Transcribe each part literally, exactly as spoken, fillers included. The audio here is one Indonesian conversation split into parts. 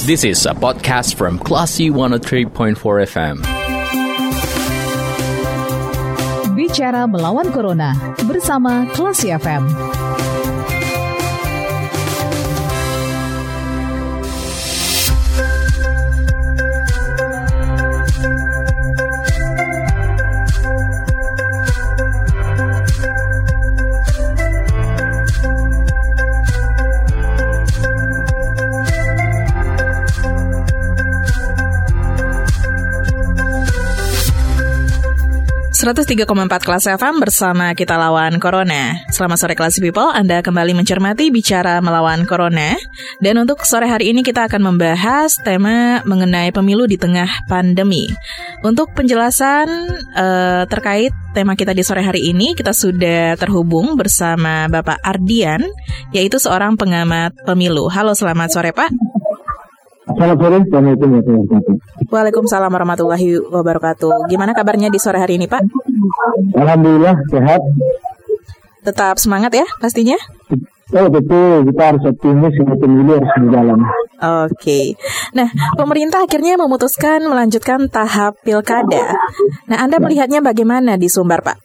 This is a podcast from Classy one oh three point four F M. Bicara melawan Corona bersama Classy F M. seratus tiga koma empat Kelas F M bersama kita lawan Corona. Selamat sore Classy People, Anda kembali mencermati Bicara Melawan Corona. Dan untuk sore hari ini kita akan membahas tema mengenai pemilu di tengah pandemi. Untuk penjelasan uh, terkait tema kita di sore hari ini, kita sudah terhubung bersama Bapak Ardian, yaitu seorang pengamat pemilu. Halo, selamat sore Pak. Selamat sore, Assalamualaikum warahmatullahi wabarakatuh. Waalaikumsalam warahmatullahi wabarakatuh. Gimana kabarnya di sore hari ini, Pak? Alhamdulillah, sehat. Tetap semangat ya, pastinya? Oh, betul. Kita harus optimis, pemilu harus berjalan. Oke. Nah, pemerintah akhirnya memutuskan melanjutkan tahap pilkada. Nah, Anda melihatnya bagaimana di Sumbar, Pak?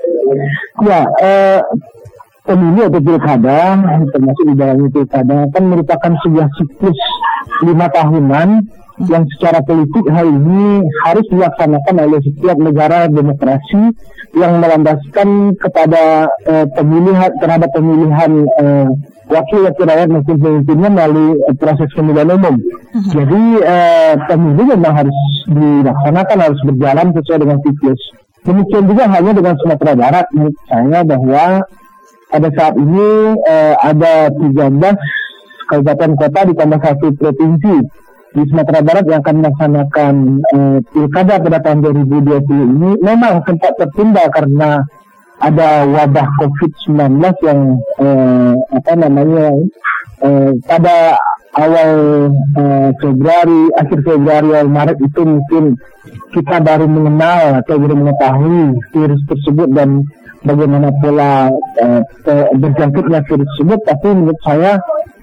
Ya, eh, pemilu atau pilkada, termasuk di dalamnya pilkada, kan merupakan sebuah siklus lima tahunan yang secara politik hal ini harus dilaksanakan oleh setiap negara demokrasi yang melandaskan kepada uh, pemilihan terhadap pemilihan uh, wakil-wakil rakyat maupun pemimpinnya melalui uh, proses pemilihan umum. Uh-huh. Jadi uh, pemilu memang harus dilaksanakan, harus berjalan sesuai dengan siklus. Demikian juga hanya dengan Sumatera Barat, menurut saya bahwa pada saat ini uh, ada tiga belas kabupaten kota ditambah satu provinsi di Sumatera Barat yang akan melaksanakan uh, pilkada pada tahun dua ribu dua puluh ini memang sempat tertunda karena ada wabah covid sembilan belas yang uh, apa namanya uh, pada awal uh, Februari, akhir Februari, awal Maret itu mungkin kita baru mengenal atau baru mengetahui virus tersebut dan bagaimana pola uh, berjangkitnya virus tersebut. Tapi menurut saya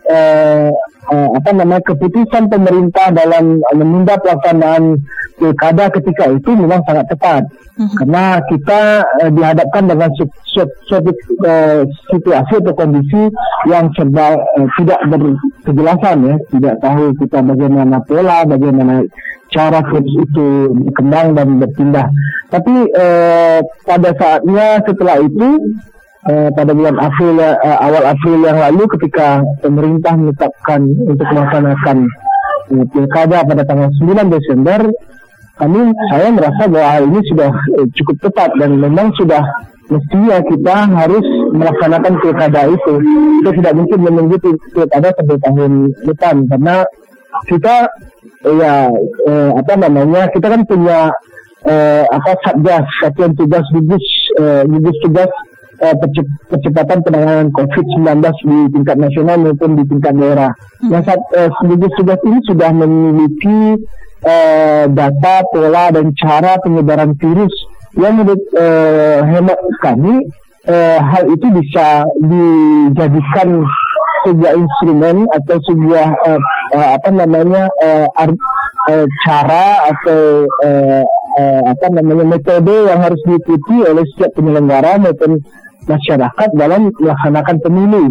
Uh, uh, apa namanya keputusan pemerintah dalam uh, menunda pelaksanaan pilkada ketika itu memang sangat tepat. Uh-huh. Karena kita uh, dihadapkan dengan suatu uh, situasi atau kondisi yang serba uh, tidak berkejelasan, ya, tidak tahu kita bagaimana pola, bagaimana cara virus itu berkembang dan berpindah. Tapi uh, pada saatnya setelah itu Uh, pada bulan April, uh, awal April yang lalu ketika pemerintah menetapkan untuk melaksanakan uh, pilkada pada tanggal sembilan Desember, kami saya merasa bahwa hal ini sudah uh, cukup tepat dan memang sudah mestinya kita harus melaksanakan pilkada itu. Kita tidak mungkin menunggu pilkada sampai tahun depan karena kita uh, ya uh, apa namanya kita kan punya uh, apa satgas, satuan tugas gugus uh, gugus tugas Uh, percepatan penanganan covid sembilan belas di tingkat nasional maupun di tingkat daerah. Hmm. Yang saat uh, gugus tugas ini sudah memiliki uh, data, pola dan cara penyebaran virus yang menurut uh, hemat kami uh, hal itu bisa dijadikan sebuah instrumen atau sebuah uh, uh, apa namanya uh, ar- uh, cara atau uh, uh, apa namanya metode yang harus diikuti oleh setiap penyelenggara maupun masyarakat dalam melaksanakan pemilu.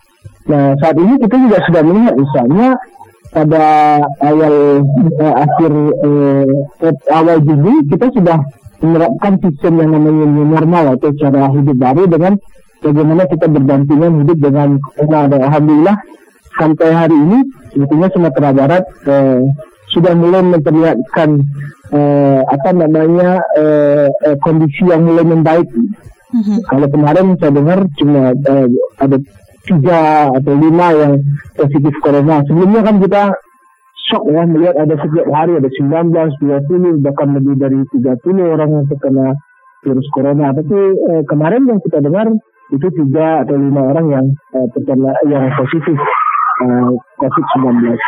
Nah, saat ini kita juga sudah melihat misalnya pada awal eh, akhir eh, awal Juni kita sudah menerapkan sistem yang namanya new normal atau cara hidup baru dengan bagaimana kita berdampingan hidup dengan corona. Dan alhamdulillah sampai hari ini sebetulnya Sumatera Barat eh, sudah mulai memperlihatkan eh, apa namanya eh, eh, kondisi yang mulai membaik. Mm-hmm. Kalau kemarin saya dengar cuma uh, ada tiga atau lima yang positif corona. Sebelumnya kan kita shock ya melihat ada setiap hari ada sembilan belas, dua puluh bahkan lebih dari tiga puluh orang yang terkena virus corona. Tapi uh, kemarin yang kita dengar itu tiga atau lima orang yang uh, terkena yang positif uh, covid sembilan belas.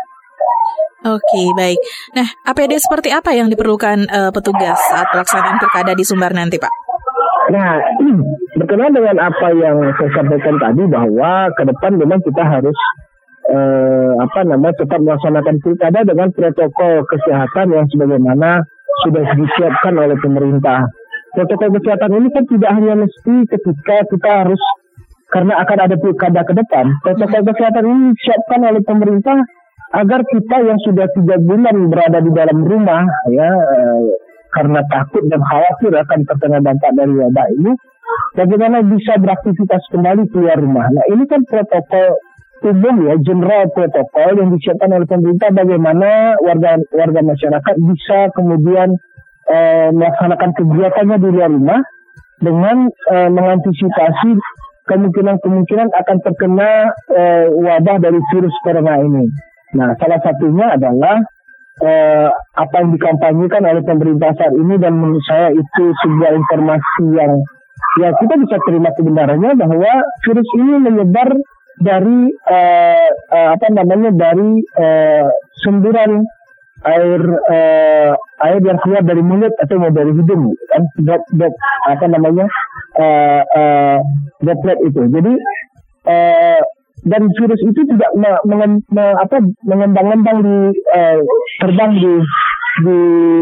Oke, baik. Nah, A P D seperti apa yang diperlukan uh, petugas saat pelaksanaan pilkada di Sumbar nanti, Pak? Nah, berkenaan dengan apa yang saya sampaikan tadi bahwa ke depan memang kita harus eh, apa namanya tetap melaksanakan pilkada dengan protokol kesehatan yang sebagaimana sudah disiapkan oleh pemerintah. Protokol kesehatan ini kan tidak hanya mesti ketika kita harus karena akan ada pilkada ke depan. Protokol kesehatan ini disiapkan oleh pemerintah agar kita yang sudah tiga bulan berada di dalam rumah, ya, eh, karena takut dan khawatir akan terkena dampak dari wabah ini, bagaimana bisa beraktivitas kembali keluar rumah. Nah, ini kan protokol umum, ya, general protokol yang disiapkan oleh pemerintah, bagaimana warga warga masyarakat bisa kemudian eh, melaksanakan kegiatannya di luar rumah dengan eh, mengantisipasi kemungkinan-kemungkinan akan terkena eh, wabah dari virus corona ini. Nah, salah satunya adalah eh, apa yang dikampanyekan oleh pemerintah saat ini, dan menurut saya itu sebuah informasi yang ya kita bisa terima kebenarannya, bahwa virus ini menyebar dari eh, eh, apa namanya dari eh, semburan air eh, air yang keluar dari mulut atau dari hidung, kan, drop drop apa namanya eh, eh, droplet itu. Jadi eh, dan virus itu tidak me, menge, me, apa, mengembang-ngembang di eh, terbang di di,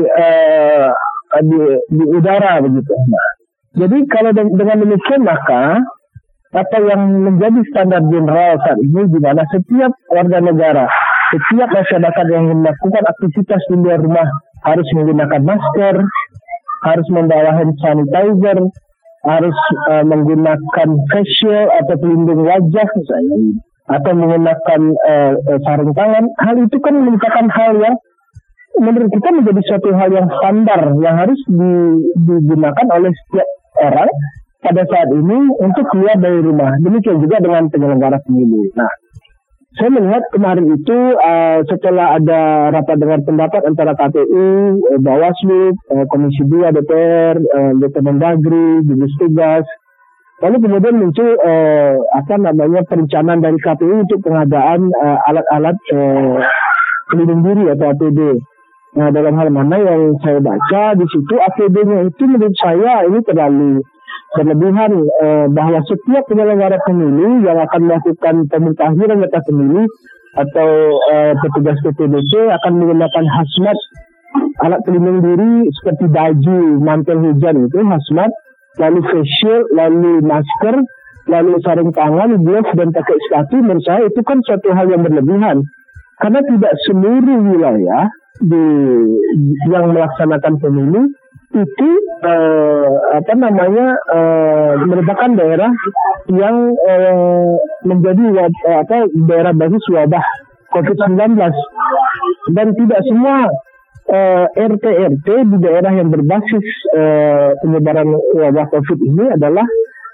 eh, di di udara begitu. Nah, jadi kalau de, dengan demikian maka apa yang menjadi standar general saat ini, di mana setiap warga negara, setiap masyarakat yang melakukan aktivitas di luar rumah harus menggunakan masker, harus membawa hand sanitizer, harus uh, menggunakan face shield atau pelindung wajah misalnya, atau menggunakan uh, sarung tangan. Hal itu kan merupakan hal yang menurut kita menjadi suatu hal yang standar yang harus di, digunakan oleh setiap orang pada saat ini untuk keluar dari rumah. Demikian juga dengan penyelenggara pemilu. Nah, saya melihat kemarin itu uh, setelah ada rapat dengar pendapat antara K P U, uh, Bawaslu, uh, Komisi dua D P R, uh, D P R Mendagri, gugus tugas, lalu kemudian muncul uh, apa namanya perencanaan dari K P U untuk pengadaan uh, alat-alat uh, pelindung diri atau A P D. Nah, dalam hal mana yang saya baca di situ, A P D-nya itu menurut saya ini terlalu berlebihan, eh, bahwa setiap penyelenggara pemilu yang akan melakukan pemutahiran data pemilu atau eh, petugas P P D C akan menggunakan hazmat, alat pelindung diri seperti baju, mantel hujan itu hazmat, lalu face shield, lalu masker, lalu sarung tangan, gloves, dan pakai sepatu. Menurut saya itu kan suatu hal yang berlebihan, karena tidak seluruh wilayah di yang melaksanakan pemilu itu eh, apa namanya eh, merupakan daerah yang eh, menjadi eh, apa daerah basis wabah covid sembilan belas, dan tidak semua eh, R T R T di daerah yang berbasis eh, penyebaran wabah COVID ini adalah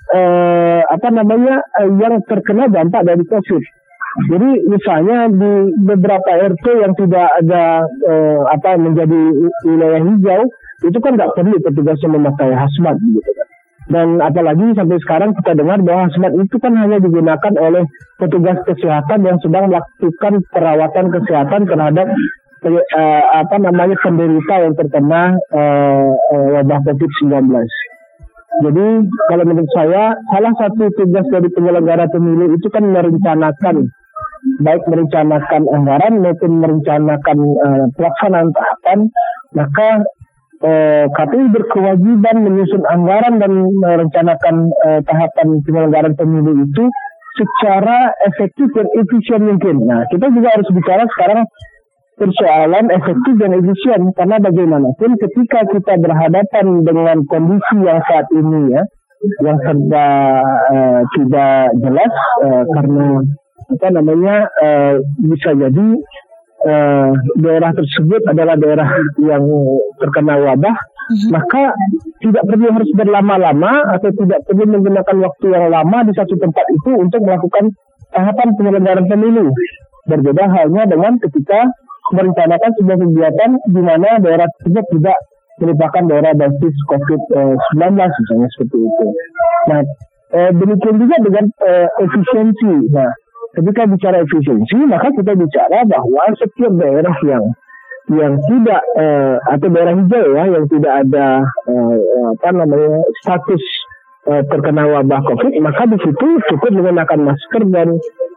eh, apa namanya eh, yang terkena dampak dari COVID. Jadi misalnya di beberapa R T yang tidak ada eh, apa menjadi wilayah hijau, itu kan nggak perlu petugasnya memakai hazmat gitu kan. Dan apalagi sampai sekarang kita dengar bahwa hazmat itu kan hanya digunakan oleh petugas kesehatan yang sedang melakukan perawatan kesehatan terhadap eh, apa namanya penderita yang terkena eh, eh, wabah covid sembilan belas. Jadi kalau menurut saya salah satu tugas dari penyelenggara pemilu itu kan merencanakan, baik merencanakan anggaran maupun merencanakan uh, pelaksanaan tahapan. Maka uh, K P U berkewajiban menyusun anggaran dan merencanakan uh, tahapan penyelenggaraan pemilu itu secara efektif dan efisien mungkin. Nah, kita juga harus bicara sekarang persoalan efektif dan efisien, karena bagaimanapun ketika kita berhadapan dengan kondisi yang saat ini ya, yang serba uh, tidak jelas uh, karena apa namanya uh, bisa jadi uh, daerah tersebut adalah daerah yang terkena wabah, mm-hmm. maka tidak perlu harus berlama-lama atau tidak perlu menggunakan waktu yang lama di satu tempat itu untuk melakukan tahapan penyelenggaraan pemilu. Berbeda halnya dengan ketika merencanakan sebuah kegiatan di mana daerah tersebut tidak merupakan daerah basis covid sembilan belas misalnya seperti itu. Nah, eh, demikian juga dengan eh, efisiensi. Nah, ketika bicara efisiensi, maka kita bicara bahwa setiap daerah yang yang tidak eh, atau daerah hijau ya, yang tidak ada eh, apa namanya status eh, terkena wabah COVID, maka di situ cukup menggunakan masker dan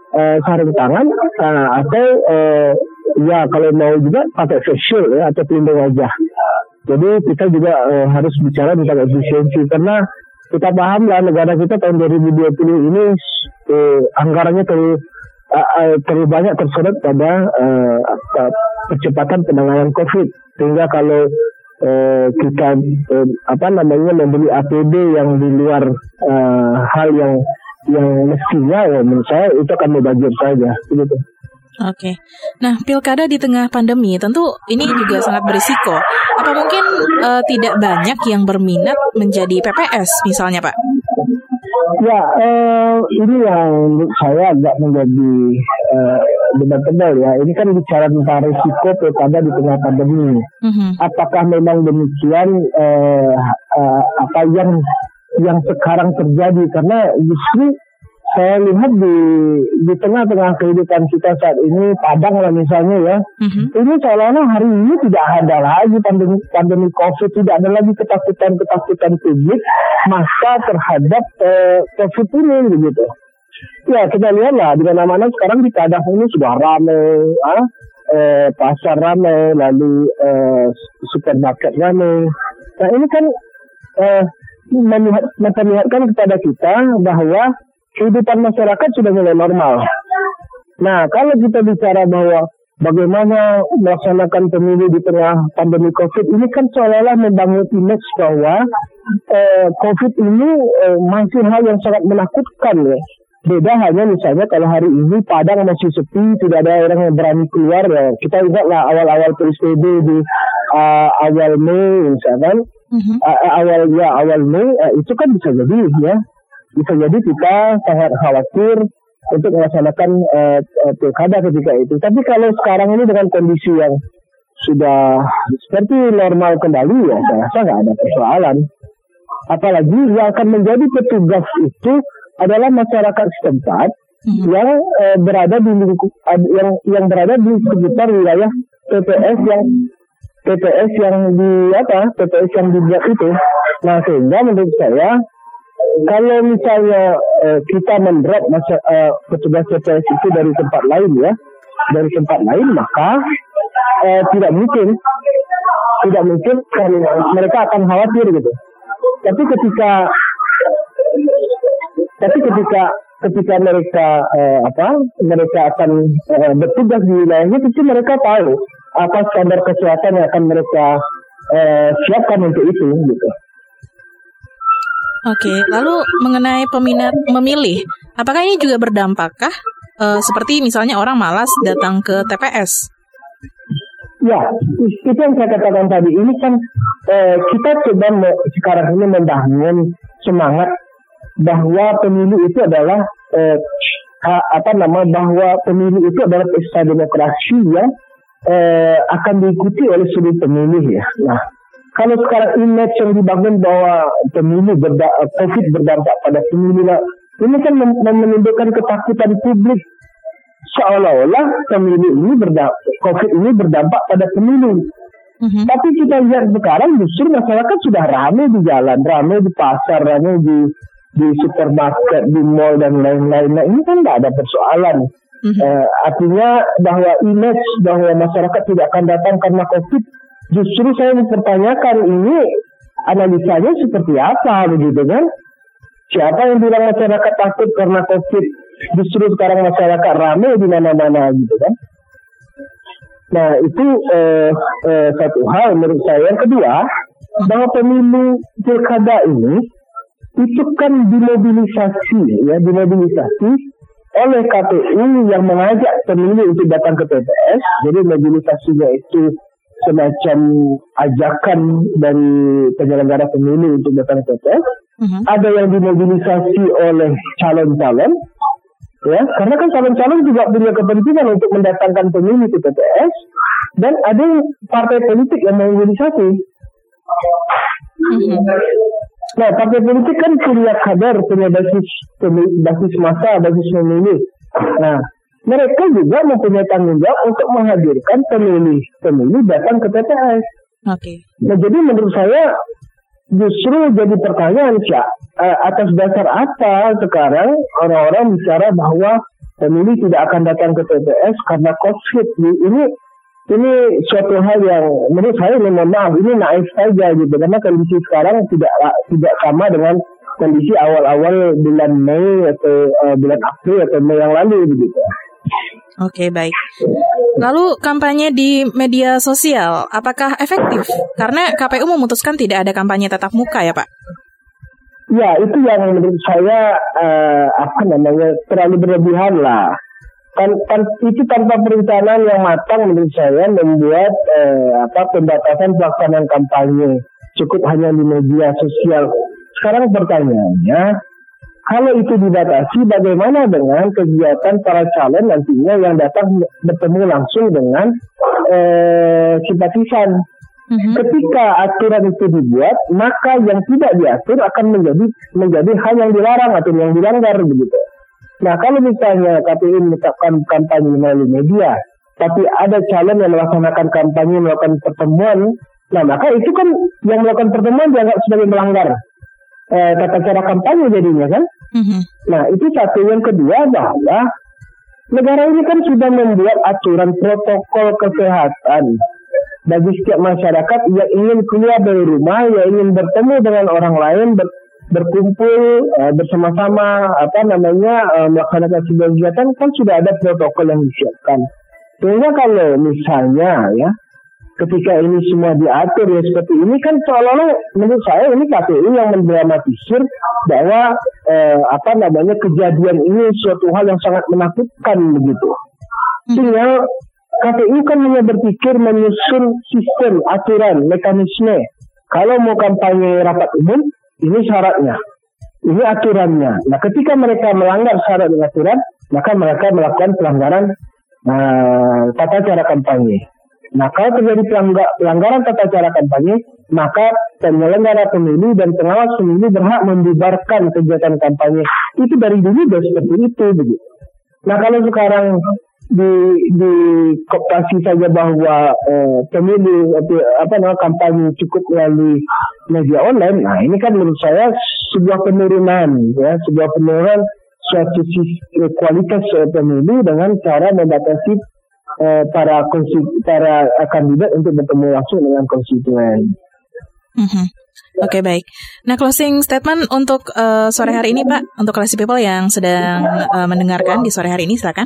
uh, sarung tangan uh, atau uh, ya kalau mau juga pakai face shield ya, atau pelindung wajah. Jadi kita juga uh, harus bicara tentang efisiensi, karena kita paham lah negara kita tahun dua ribu dua puluh ini uh, anggarannya terlalu uh, uh, terlalu banyak tersedot pada uh, uh, percepatan penanganan COVID, sehingga kalau uh, kita uh, apa namanya membeli A P D yang di luar uh, hal yang yang mestinya, ya menurut saya itu akan mubazir saja, begitu. Oke, nah pilkada di tengah pandemi tentu ini juga sangat berisiko. Apa mungkin uh, tidak banyak yang berminat menjadi P P S misalnya, Pak? Ya, eh, ini yang menurut saya agak menjadi eh, debatable ya. Ini kan bicara tentang risiko pilkada di tengah pandemi. Mm-hmm. Apakah memang demikian eh, eh, apa yang yang sekarang terjadi? Karena justru saya lihat di di tengah-tengah kehidupan kita saat ini, Padang lah misalnya ya, mm-hmm. ini seolah-olah hari ini tidak ada lagi pandemi pandemi COVID, tidak ada lagi ketakutan-ketakutan publik masa terhadap eh, COVID ini begitu. Ya kita lihatlah di mana-mana sekarang di Padang ini sudah ramai, ah, eh, pasar ramai, lalu eh, supermarket ramai. Nah ini kan eh, melihat, memperlihatkan kepada kita bahwa kehidupan masyarakat sudah mulai normal. Nah, kalau kita bicara bahwa bagaimana melaksanakan pemilu di tengah pandemi COVID, ini kan seolah-olah membangun image bahwa eh, COVID ini eh, masih hal yang sangat menakutkan ya. Beda hanya misalnya kalau hari ini Padang masih sepi, tidak ada orang yang berani keluar ya. Kita ingatlah awal-awal P S B B di uh, awal Mei misalkan, mm-hmm. uh, awal ya awal Mei uh, itu kan bisa jadi ya. Bisa jadi kita sangat khawatir untuk melaksanakan uh, uh, pilkada ketika itu. Tapi kalau sekarang ini dengan kondisi yang sudah seperti normal kembali ya, saya rasa nggak ada persoalan. Apalagi yang akan menjadi petugas itu adalah masyarakat setempat hmm. yang uh, berada di lingkup uh, yang yang berada di sekitar wilayah P P S yang P P S yang di apa P P S yang dibuat itu. Nah sehingga menurut saya, kalau misalnya uh, kita mendrop masa, uh, petugas P P S itu dari tempat lain ya, dari tempat lain, maka uh, tidak mungkin, tidak mungkin kan, mereka akan khawatir gitu. Tapi ketika, tapi ketika ketika mereka uh, apa, mereka akan uh, bertugas di wilayahnya, tentu mereka tahu apa standar kesehatan yang akan mereka uh, siapkan untuk itu gitu. Oke, lalu mengenai peminat memilih, apakah ini juga berdampakkah? E, seperti misalnya orang malas datang ke T P S? Ya, itu yang saya katakan tadi. Ini kan eh, kita coba me- sekarang ini membangun semangat bahwa pemilu itu adalah eh, apa nama bahwa pemilu itu adalah pesta demokrasi yang eh, akan diikuti oleh seluruh pemilih ya. Nah, kalau sekarang image yang dibangun bahwa pemilu berda- COVID berdampak pada pemilu, ini kan menimbulkan ketakutan publik seolah-olah pemilu ini berdampak, COVID ini berdampak pada pemilu. Mm-hmm. Tapi kita lihat sekarang justru masyarakat sudah ramai di jalan, ramai di pasar, ramai di di supermarket, di mall dan lain-lain. Nah ini kan tidak ada persoalan. Mm-hmm. Uh, artinya bahwa image bahwa masyarakat tidak akan datang karena COVID. Justru saya mempertanyakan ini analisanya seperti apa begitu kan? Siapa yang bilang masyarakat takut karena COVID? Justru sekarang masyarakat ramai di mana-mana gitu kan? Nah itu eh, eh, satu hal menurut saya. Yang kedua, bahwa pemilu pilkada ini itu kan dimobilisasi ya, dimobilisasi oleh K P U yang mengajak pemilu untuk datang ke P P S. Jadi mobilisasinya itu semacam ajakan dari penyelenggara pemilu untuk datang ke P P S. Uh-huh. Ada yang dimobilisasi oleh calon-calon, ya, karena kan calon-calon juga punya kepentingan untuk mendatangkan pemilih ke P P S, dan ada partai politik yang memobilisasi. Uh-huh. Nah, partai politik kan punya kader, punya basis basis massa, basis pemilih. Nah, mereka juga mempunyai tanggung jawab untuk menghadirkan pemilih-pemilih datang ke P P S. Oke. Okay. Nah, jadi menurut saya justru jadi pertanyaan, Sya, atas dasar apa sekarang orang-orang bicara bahwa pemilih tidak akan datang ke T P S karena COVID. Ini ini suatu hal yang menurut saya ini mohon maaf ini naif saja gitu, karena kondisi sekarang tidak tidak sama dengan kondisi awal-awal bulan Mei atau uh, bulan April atau Mei yang lalu begitu. Oke, baik. Lalu kampanye di media sosial apakah efektif? Karena K P U memutuskan tidak ada kampanye tatap muka ya, Pak? Ya, itu yang menurut saya uh, apa namanya terlalu berlebihan lah. Kan, kan itu tanpa perencanaan yang matang menurut saya membuat eh, apa pembatasan pelaksanaan kampanye cukup hanya di media sosial. Sekarang pertanyaannya, kalau itu dibatasi, bagaimana dengan kegiatan para calon nantinya yang datang bertemu langsung dengan eh, simpatisan? Mm-hmm. Ketika aturan itu dibuat, maka yang tidak diatur akan menjadi menjadi hal yang dilarang atau yang dilanggar begitu. Nah, kalau misalnya K P U menetapkan kampanye melalui media, tapi ada calon yang melaksanakan kampanye melakukan pertemuan, nah maka itu kan yang melakukan pertemuan dianggap sebagai melanggar eh, tata cara kampanye jadinya kan. Mm-hmm. Nah, itu satu. Yang kedua bahwa negara ini kan sudah membuat aturan protokol kesehatan bagi setiap masyarakat yang ingin keluar dari rumah, yang ingin bertemu dengan orang lain, ber- berkumpul uh, bersama-sama apa namanya uh, melaksanakan sebuah kegiatan, kan sudah ada protokol yang disiapkan. Sehingga kalau misalnya ya ketika ini semua diatur ya seperti ini, kan seolah-olah menurut saya ini K P U yang mendramatisir bahwa uh, apa namanya kejadian ini suatu hal yang sangat menakutkan begitu. Sehingga K P U kan hanya berpikir menyusun sistem, aturan, mekanisme. Kalau mau kampanye rapat umum, ini syaratnya, ini aturannya. Nah, ketika mereka melanggar syarat dan aturan, maka mereka melakukan pelanggaran uh, tata cara kampanye. Nah, kalau terjadi pelanggar- pelanggaran tata cara kampanye, maka penyelenggara pemilu dan pengawas pemilu berhak membubarkan kegiatan kampanye. Itu dari dulu sudah seperti itu, begitu. Nah, kalau sekarang di di kooptasi saja bahwa eh, pemilu apa namanya kampanye cukup melalui media online, nah ini kan menurut saya sebuah penurunan ya sebuah penurunan suatu kualitas pemilu dengan cara membatasi eh, para konstitu, para kandidat untuk bertemu langsung dengan konstituen. Mm-hmm. Oke, okay, baik. Nah, closing statement untuk uh, sore hari ini, Pak, untuk Classy People yang sedang uh, mendengarkan di sore hari ini, silakan.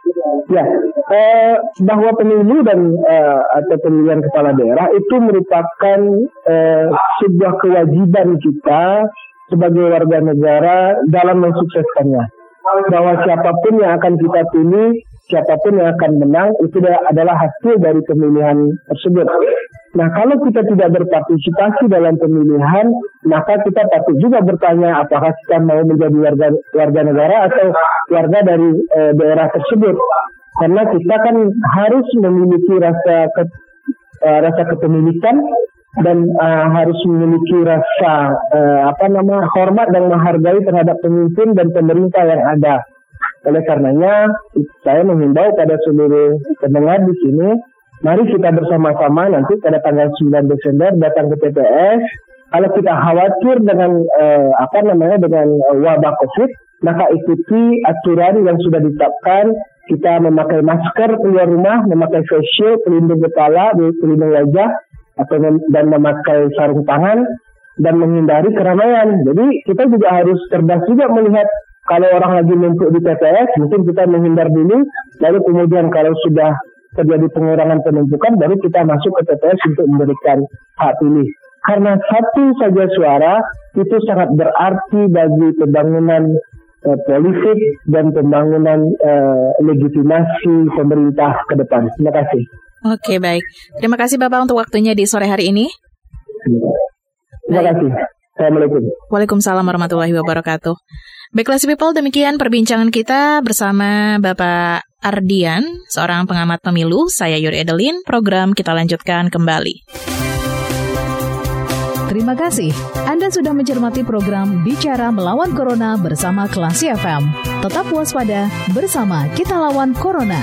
Ya, eh, bahwa pemilu dan eh, atau pemilihan kepala daerah itu merupakan eh, sebuah kewajiban kita sebagai warga negara dalam mensukseskannya. Bahwa siapapun yang akan kita pilih, siapapun yang akan menang, itu adalah hasil dari pemilihan tersebut. Nah, kalau kita tidak berpartisipasi dalam pemilihan, maka kita patut juga bertanya apakah kita mau menjadi warga warga negara atau warga dari eh, daerah tersebut. Karena kita kan harus memiliki rasa ke, uh, rasa kepemilikan dan uh, harus memiliki rasa uh, apa nama hormat dan menghargai terhadap pemimpin dan pemerintah yang ada. Oleh karenanya saya menghimbau pada seluruh pendengar di sini, mari kita bersama-sama nanti pada tanggal sembilan Desember datang ke T P S. Kalau kita khawatir dengan uh, apa namanya dengan uh, wabah COVID, maka ikuti aturan yang sudah ditetapkan. Kita memakai masker keluar rumah, memakai face shield, pelindung kepala, pelindung wajah, atau mem- dan memakai sarung tangan, dan menghindari keramaian. Jadi kita juga harus cerdas juga melihat kalau orang lagi numpuk di T P S, mungkin kita menghindar dulu, lalu kemudian kalau sudah terjadi pengurangan penumpukan, baru kita masuk ke T P S untuk memberikan hak pilih. Karena satu saja suara itu sangat berarti bagi pembangunan Uh, politik dan pembangunan uh, legitimasi pemerintah ke depan. Terima kasih. Oke, baik. Terima kasih Bapak untuk waktunya di sore hari ini. Terima kasih. Assalamualaikum. Waalaikumsalam warahmatullahi wabarakatuh. Baik, Classy People, demikian perbincangan kita bersama Bapak Ardian, seorang pengamat pemilu. Saya Yuri Edelin. Program kita lanjutkan kembali. Terima kasih. Anda sudah mencermati program Bicara Melawan Corona bersama Classy F M. Tetap waspada, bersama kita lawan Corona.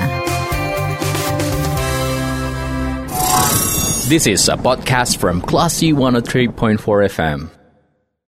This is a podcast from Classy one oh three point four F M.